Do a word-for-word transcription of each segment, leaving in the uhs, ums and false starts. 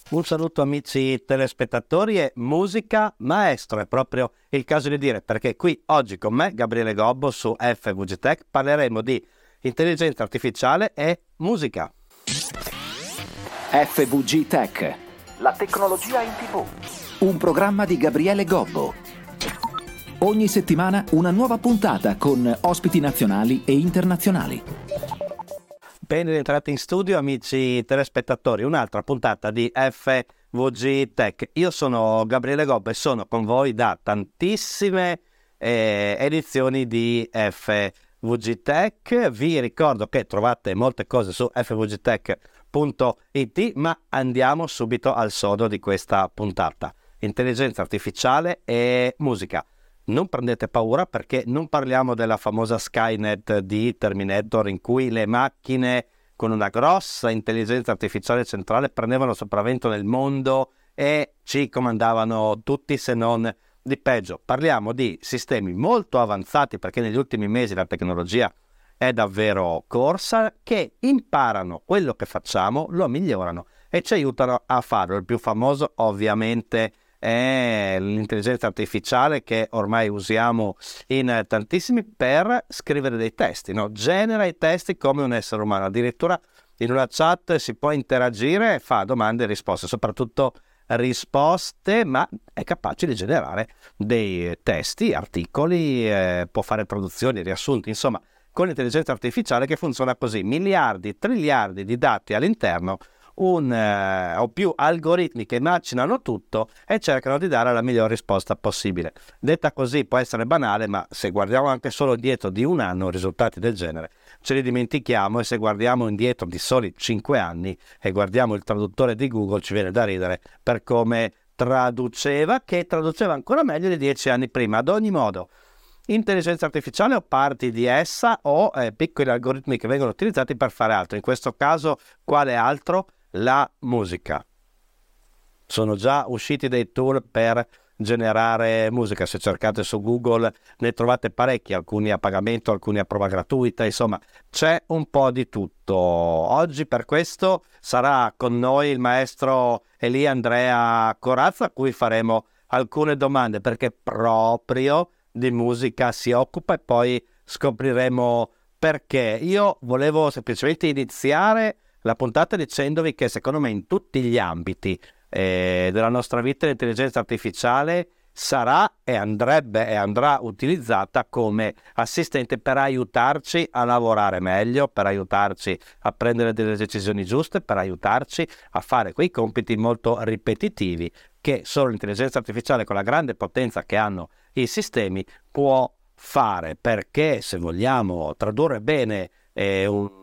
Un saluto amici telespettatori e musica maestro, è proprio il caso di dire, perché qui oggi con me, Gabriele Gobbo, su F V G Tech parleremo di intelligenza artificiale e musica. F V G Tech, la tecnologia in tivù. Un programma di Gabriele Gobbo. Ogni settimana una nuova puntata con ospiti nazionali e internazionali. Ben rientrati in studio amici telespettatori, un'altra puntata di F V G Tech. Io sono Gabriele Gobbo e sono con voi da tantissime eh, edizioni di F V G Tech. Vi ricordo che trovate molte cose su f v g tech punto i t, ma andiamo subito al sodo di questa puntata. Intelligenza artificiale e musica. Non prendete paura perché non parliamo della famosa Skynet di Terminator in cui le macchine con una grossa intelligenza artificiale centrale prendevano sopravvento nel mondo e ci comandavano tutti se non di peggio. Parliamo di sistemi molto avanzati perché negli ultimi mesi la tecnologia è davvero corsa, che imparano quello che facciamo, lo migliorano e ci aiutano a farlo. Il più famoso ovviamente è l'intelligenza artificiale che ormai usiamo in tantissimi per scrivere dei testi, no? Genera i testi come un essere umano, addirittura in una chat si può interagire, fa domande e risposte, soprattutto risposte, ma è capace di generare dei testi, articoli, eh, può fare traduzioni, riassunti, insomma, con l'intelligenza artificiale che funziona così, miliardi, triliardi di dati all'interno, un eh, o più algoritmi che macinano tutto e cercano di dare la miglior risposta possibile. Detta così può essere banale, ma se guardiamo anche solo dietro di un anno risultati del genere ce li dimentichiamo, e se guardiamo indietro di soli cinque anni e guardiamo il traduttore di Google ci viene da ridere per come traduceva, che traduceva ancora meglio di dieci anni prima. Ad ogni modo, intelligenza artificiale o parti di essa o eh, piccoli algoritmi che vengono utilizzati per fare altro. In questo caso quale altro? La musica. Sono già usciti dei tool per generare musica, se cercate su Google ne trovate parecchi, alcuni a pagamento, alcuni a prova gratuita, insomma c'è un po' di tutto. Oggi per questo sarà con noi il maestro Elia Andrea Corazza, a cui faremo alcune domande perché proprio di musica si occupa e poi scopriremo perché. Io volevo semplicemente iniziare la puntata dicendovi che secondo me in tutti gli ambiti eh, della nostra vita l'intelligenza artificiale sarà e andrebbe e andrà utilizzata come assistente per aiutarci a lavorare meglio, per aiutarci a prendere delle decisioni giuste, per aiutarci a fare quei compiti molto ripetitivi che solo l'intelligenza artificiale, con la grande potenza che hanno i sistemi, può fare. Perché se vogliamo tradurre bene eh, un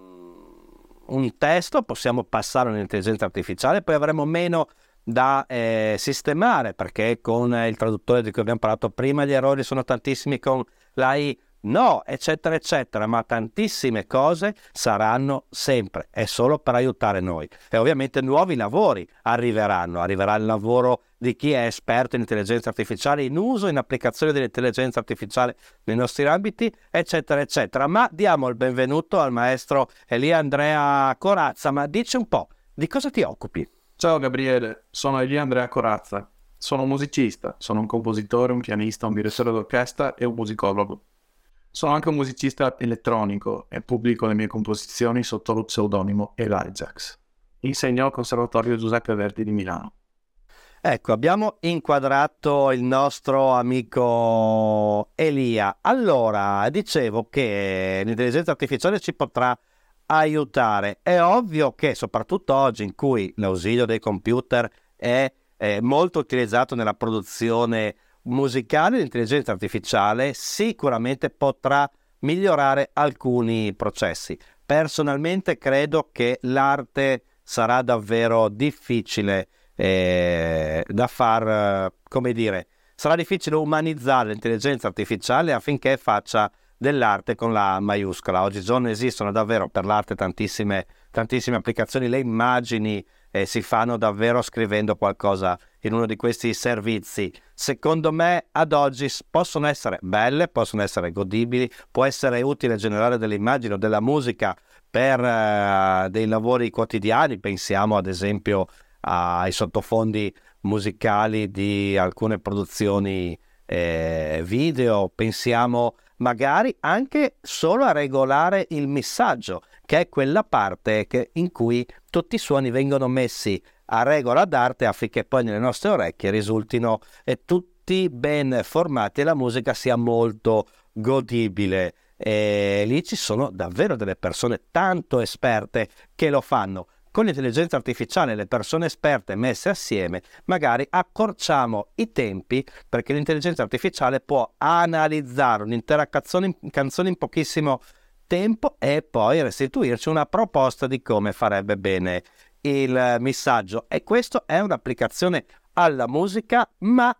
un testo possiamo passare all'intelligenza artificiale, poi avremo meno da eh, sistemare, perché con il traduttore di cui abbiamo parlato prima gli errori sono tantissimi, con l'A I no, eccetera eccetera, ma tantissime cose saranno sempre e solo per aiutare noi. E ovviamente nuovi lavori arriveranno, arriverà il lavoro di chi è esperto in intelligenza artificiale, in uso, in applicazione dell'intelligenza artificiale nei nostri ambiti, eccetera eccetera. Ma diamo il benvenuto al maestro Elia Andrea Corazza. Ma dici un po', di cosa ti occupi? Ciao Gabriele, sono Elia Andrea Corazza, sono un musicista, sono un compositore, un pianista, un direttore d'orchestra e un musicologo. Sono anche un musicista elettronico e pubblico le mie composizioni sotto lo pseudonimo Elijahx. Insegno al Conservatorio Giuseppe Verdi di Milano. Ecco, abbiamo inquadrato il nostro amico Elia. Allora, dicevo che l'intelligenza artificiale ci potrà aiutare. È ovvio che soprattutto oggi, in cui l'ausilio dei computer è, è molto utilizzato nella produzione musicale, l'intelligenza artificiale sicuramente potrà migliorare alcuni processi. Personalmente credo che l'arte sarà davvero difficile eh, da far, come dire, sarà difficile umanizzare l'intelligenza artificiale affinché faccia dell'arte con la A maiuscola. Oggigiorno esistono davvero per l'arte tantissime, tantissime applicazioni, le immagini eh, si fanno davvero scrivendo qualcosa in uno di questi servizi. Secondo me ad oggi possono essere belle, possono essere godibili, può essere utile generare delle immagini o della musica per eh, dei lavori quotidiani. Pensiamo ad esempio ai sottofondi musicali di alcune produzioni eh, video, pensiamo magari anche solo a regolare il missaggio, che è quella parte che, in cui tutti i suoni vengono messi a regola d'arte affinché poi nelle nostre orecchie risultino eh, tutti ben formati e la musica sia molto godibile. E lì ci sono davvero delle persone tanto esperte che lo fanno. Con l'intelligenza artificiale, le persone esperte messe assieme, magari accorciamo i tempi, perché l'intelligenza artificiale può analizzare un'intera canzone, canzone in pochissimo tempo e poi restituirci una proposta di come farebbe bene il messaggio. E questo è un'applicazione alla musica, ma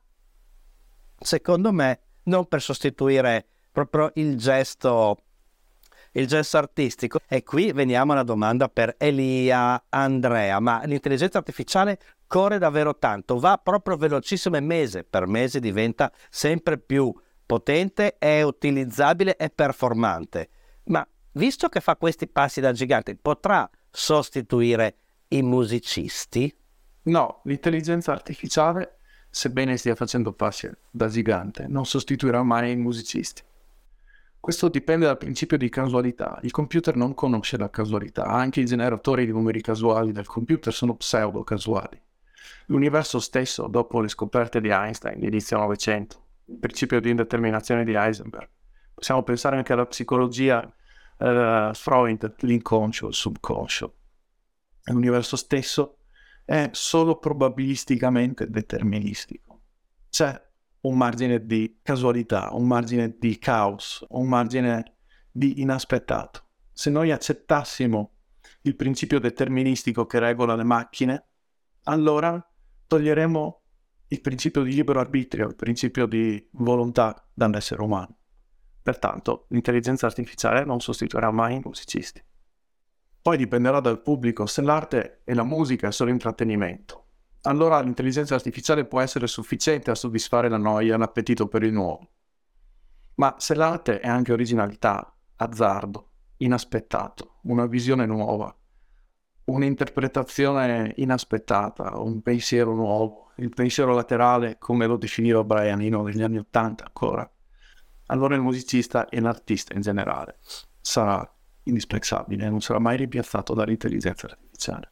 secondo me non per sostituire proprio il gesto il gesto artistico. E qui veniamo alla domanda per Elia, Andrea: ma l'intelligenza artificiale corre davvero tanto, va proprio velocissimo e mese per mese diventa sempre più potente, è utilizzabile e performante, ma visto che fa questi passi da gigante, potrà sostituire i musicisti? No, l'intelligenza artificiale, sebbene stia facendo passi da gigante, non sostituirà mai i musicisti. Questo dipende dal principio di casualità. Il computer non conosce la casualità, anche i generatori di numeri casuali del computer sono pseudo-casuali. L'universo stesso, dopo le scoperte di Einstein di inizio Novecento, il principio di indeterminazione di Heisenberg, possiamo pensare anche alla psicologia, eh, Freud, l'inconscio, il subconscio. L'universo stesso è solo probabilisticamente deterministico. C'è un margine di casualità, un margine di caos, un margine di inaspettato. Se noi accettassimo il principio deterministico che regola le macchine, allora toglieremo il principio di libero arbitrio, il principio di volontà dall'essere umano. Pertanto l'intelligenza artificiale non sostituirà mai i musicisti. Poi dipenderà dal pubblico. Se l'arte e la musica è solo intrattenimento, allora l'intelligenza artificiale può essere sufficiente a soddisfare la noia e l'appetito per il nuovo. Ma se l'arte è anche originalità, azzardo, inaspettato, una visione nuova, un'interpretazione inaspettata, un pensiero nuovo, il pensiero laterale, come lo definiva Brian Eno negli anni Ottanta ancora, allora il musicista e l'artista in generale sarà indispensabile, non sarà mai rimpiazzato dall'intelligenza artificiale.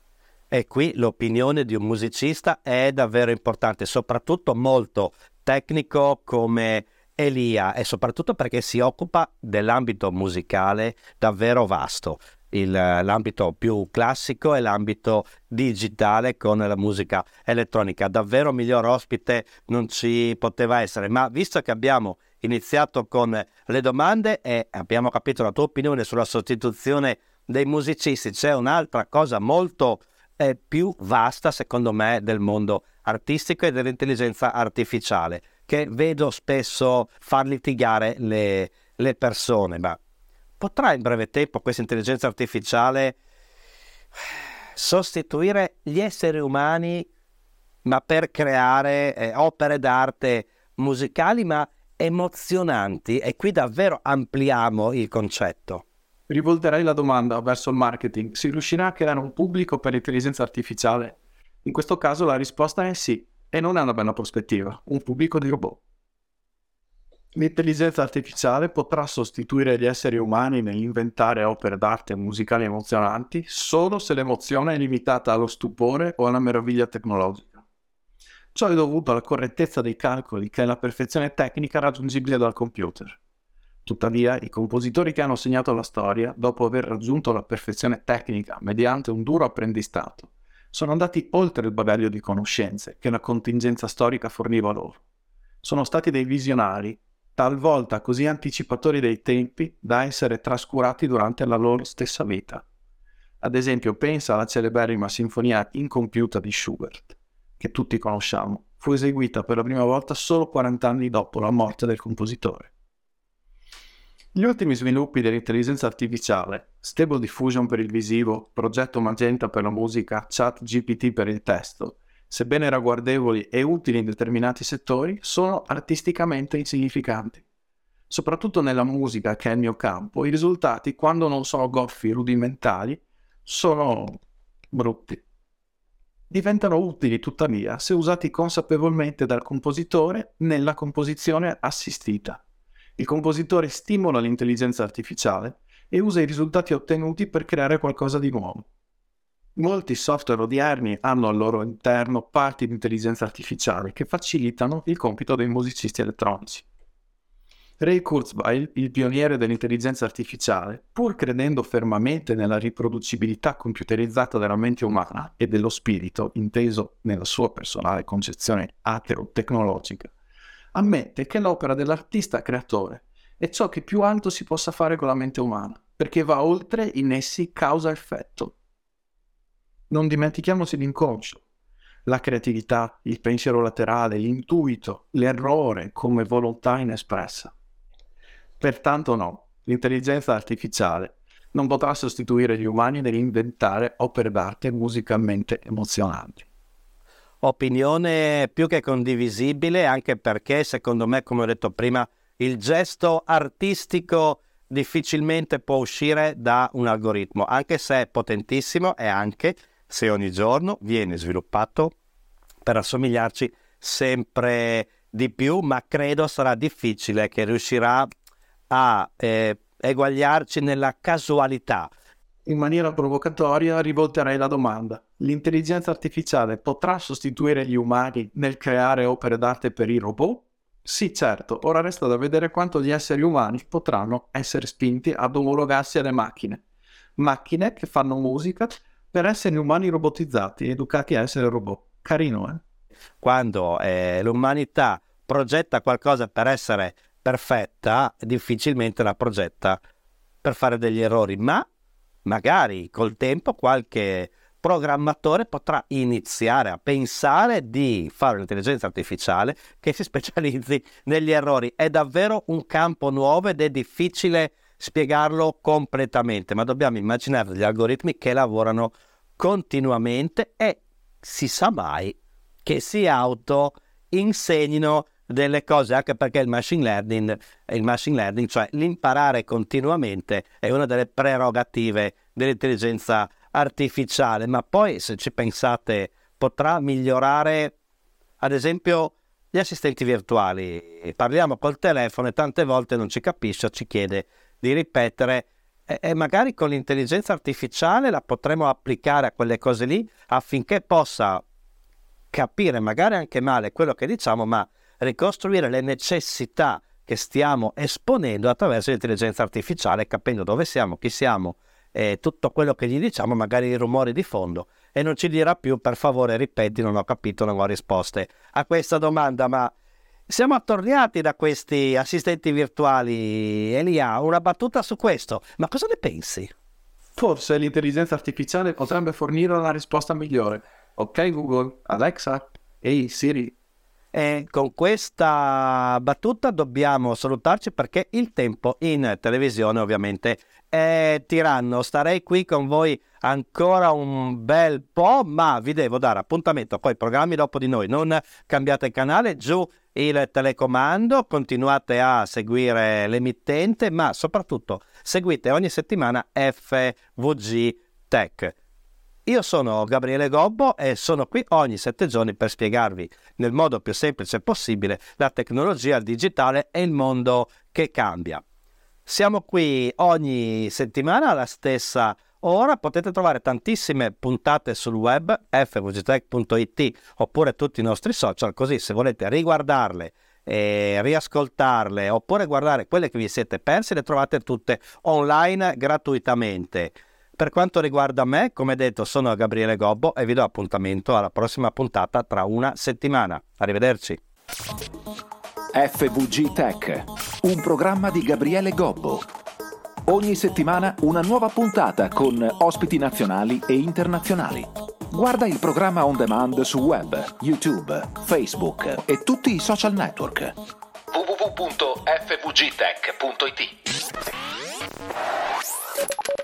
E qui l'opinione di un musicista è davvero importante, soprattutto molto tecnico come Elia, e soprattutto perché si occupa dell'ambito musicale davvero vasto, il, l'ambito più classico e l'ambito digitale con la musica elettronica. Davvero miglior ospite non ci poteva essere, ma visto che abbiamo iniziato con le domande e abbiamo capito la tua opinione sulla sostituzione dei musicisti, c'è un'altra cosa molto eh, più vasta secondo me del mondo artistico e dell'intelligenza artificiale, che vedo spesso far litigare le, le persone. Ma potrà in breve tempo questa intelligenza artificiale sostituire gli esseri umani, ma per creare eh, opere d'arte musicali ma emozionanti? E qui davvero ampliamo il concetto. Rivolterei la domanda verso il marketing: si riuscirà a creare un pubblico per l'intelligenza artificiale? In questo caso la risposta è sì, e non è una bella prospettiva, un pubblico di robot. L'intelligenza artificiale potrà sostituire gli esseri umani nell'inventare opere d'arte musicali emozionanti solo se l'emozione è limitata allo stupore o alla meraviglia tecnologica. Ciò è dovuto alla correttezza dei calcoli, che è la perfezione tecnica raggiungibile dal computer. Tuttavia, i compositori che hanno segnato la storia, dopo aver raggiunto la perfezione tecnica mediante un duro apprendistato, sono andati oltre il bagaglio di conoscenze che la contingenza storica forniva loro. Sono stati dei visionari, talvolta così anticipatori dei tempi da essere trascurati durante la loro stessa vita. Ad esempio, pensa alla celeberrima sinfonia incompiuta di Schubert, che tutti conosciamo. Fu eseguita per la prima volta solo quaranta anni dopo la morte del compositore. Gli ultimi sviluppi dell'intelligenza artificiale, Stable Diffusion per il visivo, Progetto Magenta per la musica, ChatGPT per il testo, sebbene ragguardevoli e utili in determinati settori, sono artisticamente insignificanti. Soprattutto nella musica, che è il mio campo, i risultati, quando non sono goffi rudimentali, sono brutti. Diventano utili tuttavia se usati consapevolmente dal compositore nella composizione assistita. Il compositore stimola l'intelligenza artificiale e usa i risultati ottenuti per creare qualcosa di nuovo. Molti software odierni hanno al loro interno parti di intelligenza artificiale che facilitano il compito dei musicisti elettronici. Ray Kurzweil, il pioniere dell'intelligenza artificiale, pur credendo fermamente nella riproducibilità computerizzata della mente umana e dello spirito, inteso nella sua personale concezione ateo-tecnologica, ammette che l'opera dell'artista creatore è ciò che più alto si possa fare con la mente umana, perché va oltre i nessi causa-effetto. Non dimentichiamoci l'inconscio, la creatività, il pensiero laterale, l'intuito, l'errore come volontà inespressa. Pertanto no, l'intelligenza artificiale non potrà sostituire gli umani nell'inventare opere d'arte musicalmente emozionanti. Opinione più che condivisibile, anche perché secondo me, come ho detto prima, il gesto artistico difficilmente può uscire da un algoritmo, anche se è potentissimo e anche se ogni giorno viene sviluppato per assomigliarci sempre di più, ma credo sarà difficile che riuscirà a eh, eguagliarci nella casualità. In maniera provocatoria rivolterei la domanda: l'intelligenza artificiale potrà sostituire gli umani nel creare opere d'arte per i robot? Sì, certo, ora resta da vedere quanto gli esseri umani potranno essere spinti ad omologarsi alle macchine. Macchine che fanno musica per esseri umani robotizzati, educati a essere robot. Carino, eh? Quando eh, l'umanità progetta qualcosa per essere perfetta, difficilmente la progetta per fare degli errori, ma magari col tempo qualche programmatore potrà iniziare a pensare di fare un'intelligenza artificiale che si specializzi negli errori. È davvero un campo nuovo ed è difficile spiegarlo completamente, ma dobbiamo immaginare degli algoritmi che lavorano continuamente e si sa mai che si auto insegnino delle cose, anche perché il machine learning, il machine learning, cioè l'imparare continuamente, è una delle prerogative dell'intelligenza artificiale. Ma poi, se ci pensate, potrà migliorare ad esempio gli assistenti virtuali. Parliamo col telefono e tante volte non ci capisce, ci chiede di ripetere, e, e magari con l'intelligenza artificiale la potremo applicare a quelle cose lì affinché possa capire magari anche male quello che diciamo, ma ricostruire le necessità che stiamo esponendo attraverso l'intelligenza artificiale, capendo dove siamo, chi siamo e tutto quello che gli diciamo, magari i rumori di fondo, e non ci dirà più per favore ripeti, non ho capito, non ho risposte a questa domanda. Ma siamo attorniati da questi assistenti virtuali. Elia, una battuta su questo, ma cosa ne pensi? Forse l'intelligenza artificiale potrebbe fornire una risposta migliore. Ok Google, Alexa, ehi Siri. E con questa battuta dobbiamo salutarci perché il tempo in televisione ovviamente è tiranno. Starei qui con voi ancora un bel po', ma vi devo dare appuntamento con i programmi dopo di noi. Non cambiate canale, giù il telecomando, continuate a seguire l'emittente, ma soprattutto seguite ogni settimana F V G Tech. Io sono Gabriele Gobbo e sono qui ogni sette giorni per spiegarvi nel modo più semplice possibile la tecnologia, il digitale e il mondo che cambia. Siamo qui ogni settimana alla stessa ora, potete trovare tantissime puntate sul web f v g tech punto i t oppure tutti i nostri social, così se volete riguardarle e riascoltarle oppure guardare quelle che vi siete persi le trovate tutte online gratuitamente. Per quanto riguarda me, come detto, sono Gabriele Gobbo e vi do appuntamento alla prossima puntata tra una settimana. Arrivederci. F V G Tech, un programma di Gabriele Gobbo. Ogni settimana una nuova puntata con ospiti nazionali e internazionali. Guarda il programma on demand su web, YouTube, Facebook e tutti i social network. w w w punto f v g tech punto i t